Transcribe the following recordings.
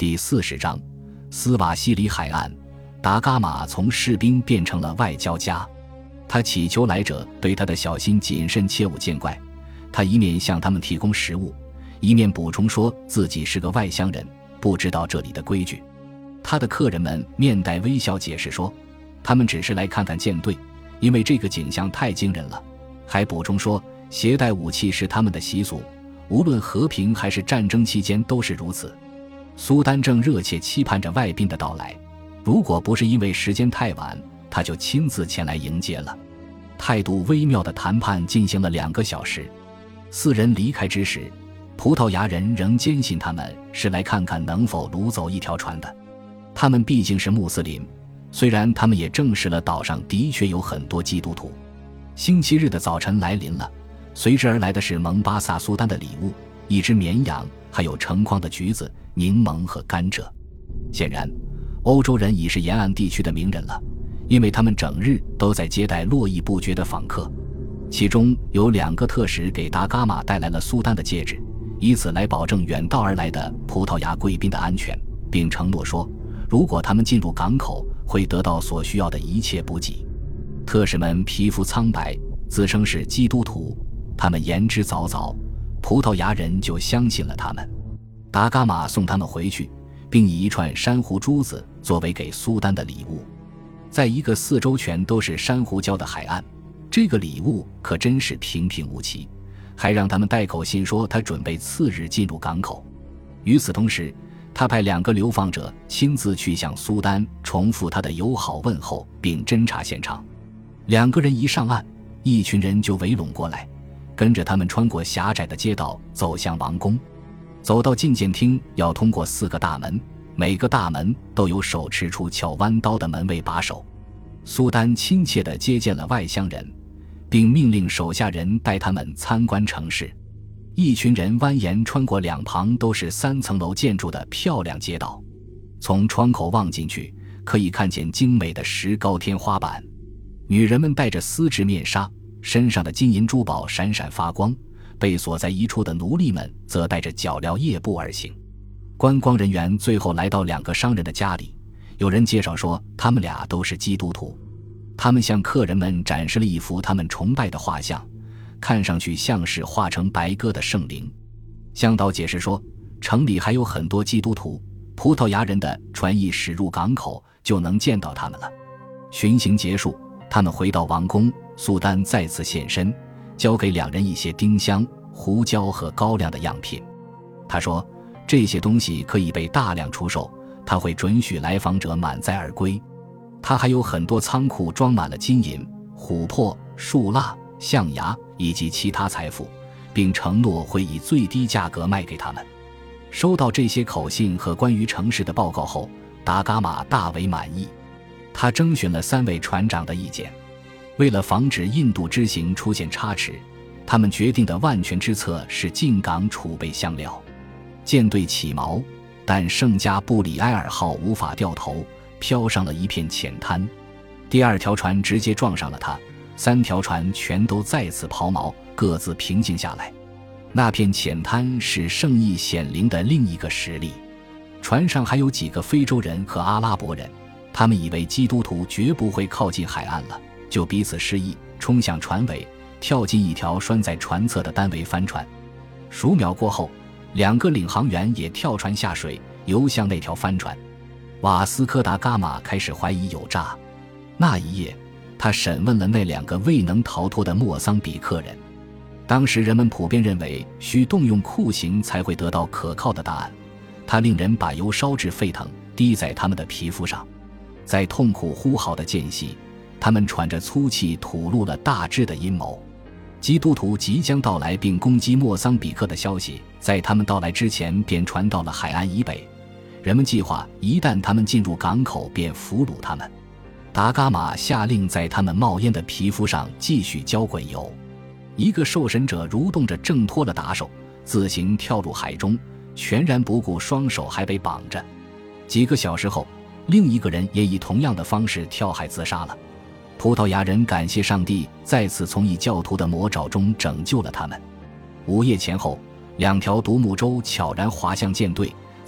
第40章，斯瓦西里海岸，达伽马从士兵变成了外交家。他祈求来者对他的小心谨慎切勿见怪，他一面向他们提供食物，一面补充说自己是个外乡人，不知道这里的规矩。他的客人们面带微笑解释说，他们只是来看看舰队，因为这个景象太惊人了，还补充说携带武器是他们的习俗，无论和平还是战争期间都是如此。苏丹正热切期盼着外宾的到来，如果不是因为时间太晚，他就亲自前来迎接了。态度微妙的谈判进行了2个小时，4人离开之时，葡萄牙人仍坚信他们是来看看能否掳走一条船的。他们毕竟是穆斯林，虽然他们也证实了岛上的确有很多基督徒。星期日的早晨来临了，随之而来的是蒙巴萨苏丹的礼物，一只绵羊，还有成筐的橘子、柠檬和甘蔗。显然欧洲人已是沿岸地区的名人了，因为他们整日都在接待络绎不绝的访客。其中有2个特使给达伽马带来了苏丹的戒指，以此来保证远道而来的葡萄牙贵宾的安全，并承诺说如果他们进入港口会得到所需要的一切补给。特使们皮肤苍白，自称是基督徒，他们言之凿凿，葡萄牙人就相信了他们。达伽马送他们回去，并以一串珊瑚珠子作为给苏丹的礼物。在一个4周全都是珊瑚礁的海岸，这个礼物可真是平平无奇，还让他们带口信说他准备次日进入港口。与此同时，他派2个流放者亲自去向苏丹重复他的友好问候，并侦察现场。2个人一上岸，一群人就围拢过来，跟着他们穿过狭窄的街道走向王宫。走到觐见厅要通过4个大门，每个大门都有手持出鞘弯刀的门卫把守。苏丹亲切地接见了外乡人，并命令手下人带他们参观城市。一群人蜿蜒穿过2旁都是3层楼建筑的漂亮街道，从窗口望进去，可以看见精美的石膏天花板。女人们戴着丝质面纱，身上的金银珠宝闪闪发光，被锁在一处的奴隶们则带着脚镣夜步而行。观光人员最后来到2个商人的家里，有人介绍说他们俩都是基督徒。他们向客人们展示了一幅他们崇拜的画像，看上去像是化成白鸽的圣灵。向导解释说，城里还有很多基督徒，葡萄牙人的船一驶入港口就能见到他们了。巡行结束，他们回到王宫，苏丹再次现身，交给2人一些丁香、胡椒和高粱的样品。他说这些东西可以被大量出售，他会准许来访者满载而归。他还有很多仓库装满了金银、琥珀、树蜡、象牙以及其他财富，并承诺会以最低价格卖给他们。收到这些口信和关于城市的报告后，达伽马大为满意。他征询了3位船长的意见，为了防止印度之行出现差池，他们决定的万全之策是进港储备香料。舰队起锚，但圣加布里埃尔号无法掉头，飘上了一片浅滩。第2条船直接撞上了它，3条船全都再次抛锚，各自平静下来。那片浅滩是圣意显灵的另一个实例。船上还有几个非洲人和阿拉伯人，他们以为基督徒绝不会靠近海岸了，就彼此示意，冲向船尾，跳进一条拴在船侧的单桅帆船。数秒过后，2个领航员也跳船下水，游向那条帆船。瓦斯科达伽马开始怀疑有诈。那一夜，他审问了那2个未能逃脱的莫桑比克人。当时人们普遍认为需动用酷刑才会得到可靠的答案。他令人把油烧至沸腾，滴在他们的皮肤上。在痛苦呼号的间隙，他们喘着粗气吐露了大致的阴谋。基督徒即将到来并攻击莫桑比克的消息在他们到来之前便传到了海岸以北，人们计划一旦他们进入港口便俘虏他们。达伽马下令在他们冒烟的皮肤上继续浇滚油。一个受审者蠕动着挣脱了打手，自行跳入海中，全然不顾双手还被绑着。几个小时后，另一个人也以同样的方式跳海自杀了。葡萄牙人感谢上帝再次从异教徒的魔爪中拯救了他们。午夜前后，2条独木舟悄然滑向舰队，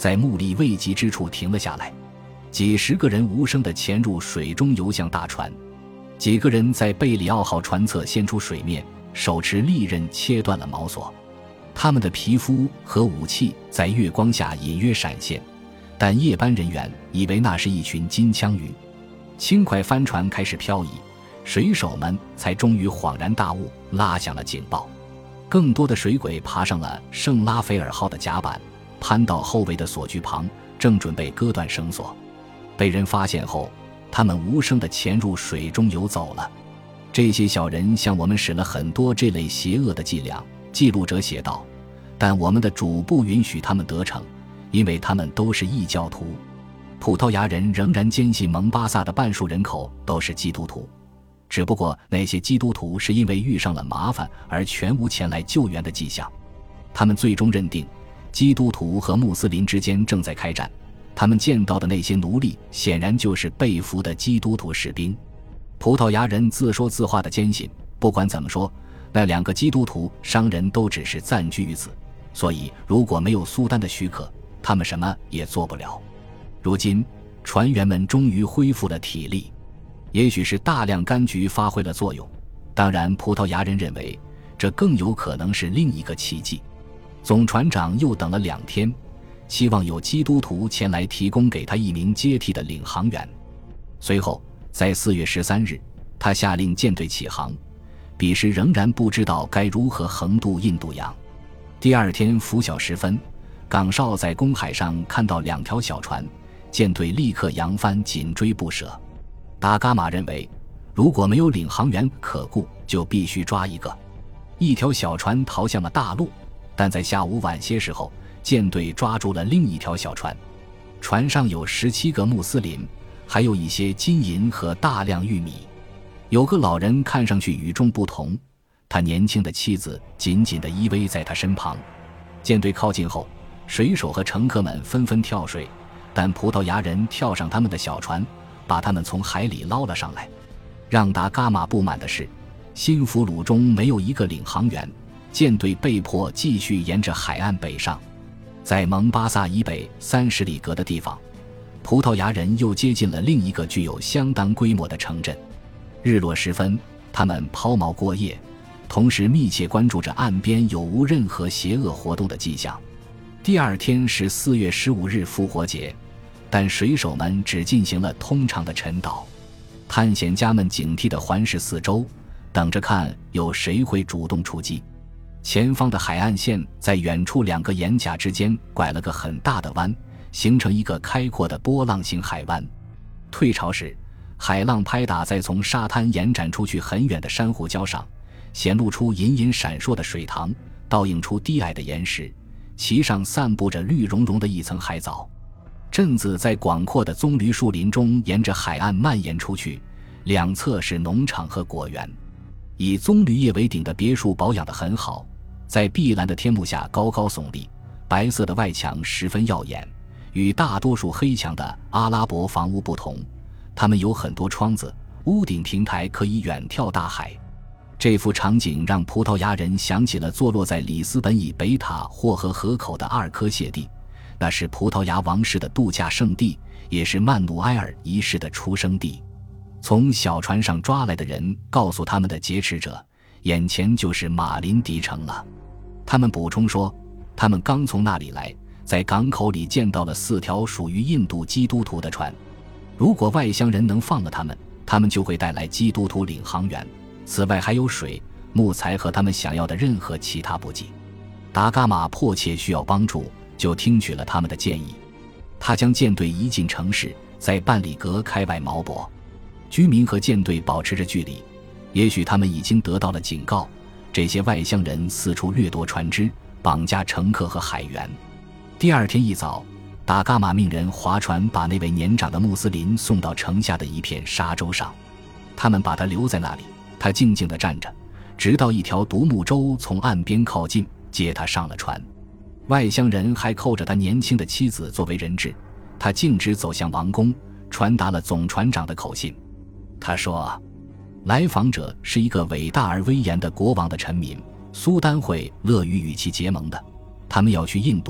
在目力未及之处停了下来。几十个人无声地潜入水中游向大船，几个人在贝里奥号船侧现出水面，手持利刃切断了锚索。他们的皮肤和武器在月光下隐约闪现，但夜班人员以为那是一群金枪鱼。轻快帆船开始漂移，水手们才终于恍然大悟，拉响了警报。更多的水鬼爬上了圣拉斐尔号的甲板，攀到后围的锁具旁，正准备割断绳索。被人发现后，他们无声地潜入水中游走了。这些小人向我们使了很多这类邪恶的伎俩，记录者写道，但我们的主不允许他们得逞，因为他们都是异教徒。葡萄牙人仍然坚信蒙巴萨的半数人口都是基督徒，只不过那些基督徒是因为遇上了麻烦而全无前来救援的迹象。他们最终认定基督徒和穆斯林之间正在开战，他们见到的那些奴隶显然就是被俘的基督徒士兵。葡萄牙人自说自话地坚信，不管怎么说，那2个基督徒商人都只是暂居于此，所以如果没有苏丹的许可，他们什么也做不了。如今船员们终于恢复了体力，也许是大量柑橘发挥了作用，当然葡萄牙人认为这更有可能是另一个奇迹。总船长又等了2天，希望有基督徒前来提供给他一名接替的领航员。随后在4月13日，他下令舰队起航，彼时仍然不知道该如何横渡印度洋。第二天拂晓时分，岗哨在公海上看到2条小船，舰队立刻扬帆紧追不舍。达伽马认为，如果没有领航员可顾，就必须抓一个。一条小船逃向了大陆，但在下午晚些时候，舰队抓住了另一条小船，船上有17个穆斯林，还有一些金银和大量玉米。有个老人看上去与众不同，他年轻的妻子紧紧地依偎在他身旁。舰队靠近后，水手和乘客们纷纷跳水，但葡萄牙人跳上他们的小船，把他们从海里捞了上来。让达伽马不满的是，新俘虏中没有一个领航员，舰队被迫继续沿着海岸北上。在蒙巴萨以北30里格的地方，葡萄牙人又接近了另一个具有相当规模的城镇。日落时分，他们抛锚过夜，同时密切关注着岸边有无任何邪恶活动的迹象。第二天是4月15日复活节，但水手们只进行了通常的晨祷。探险家们警惕地环视四周，等着看有谁会主动出击。前方的海岸线在远处2个岩甲之间拐了个很大的弯，形成一个开阔的波浪形海湾。退潮时，海浪拍打在从沙滩延展出去很远的珊瑚礁上，显露出隐隐闪烁的水塘，倒映出低矮的岩石，其上散布着绿茸茸的一层海藻。镇子在广阔的棕榈树林中沿着海岸蔓延出去，两侧是农场和果园。以棕榈叶为顶的别墅保养得很好，在碧蓝的天幕下高高耸立，白色的外墙十分耀眼。与大多数黑墙的阿拉伯房屋不同，它们有很多窗子，屋顶平台可以远眺大海。这幅场景让葡萄牙人想起了坐落在里斯本以北塔霍河河口的阿尔科谢地，那是葡萄牙王室的度假胜地，也是曼努埃尔一世的出生地。从小船上抓来的人告诉他们的劫持者，眼前就是马林迪城了。他们补充说，他们刚从那里来，在港口里见到了4条属于印度基督徒的船。如果外乡人能放了他们，他们就会带来基督徒领航员，此外还有水、木材和他们想要的任何其他补给。达伽马迫切需要帮助，就听取了他们的建议。他将舰队移进城市，在半里格开外锚泊。居民和舰队保持着距离，也许他们已经得到了警告。这些外乡人四处掠夺船只，绑架乘客和海员。第二天一早，达伽马命人划船把那位年长的穆斯林送到城下的一片沙洲上。他们把他留在那里，他静静地站着，直到一条独木舟从岸边靠近，接他上了船。外乡人还扣着他年轻的妻子作为人质。他径直走向王宫，传达了总船长的口信。他说，来访者是一个伟大而威严的国王的臣民，苏丹会乐于与其结盟的。他们要去印度，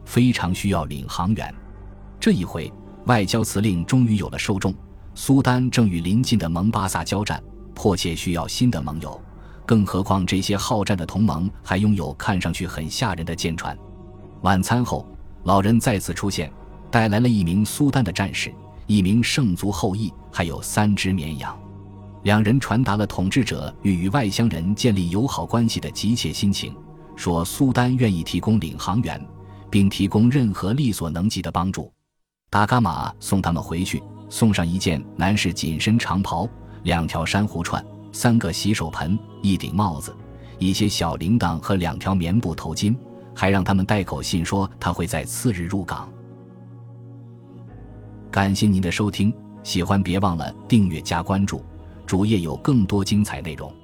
非常需要领航员。这一回，外交辞令终于有了受众，苏丹正与邻近的蒙巴萨交战，迫切需要新的盟友，更何况这些好战的同盟还拥有看上去很吓人的舰船。晚餐后，老人再次出现，带来了一名苏丹的战士，一名圣族后裔，还有3只绵羊。两人传达了统治者与外乡人建立友好关系的急切心情，说苏丹愿意提供领航员，并提供任何力所能及的帮助。达伽马送他们回去，送上一件男士紧身长袍、2条珊瑚串、3个洗手盆、1顶帽子、一些小铃铛和2条棉布头巾，还让他们带口信说他会在次日入港。感谢您的收听，喜欢别忘了订阅加关注，主页有更多精彩内容。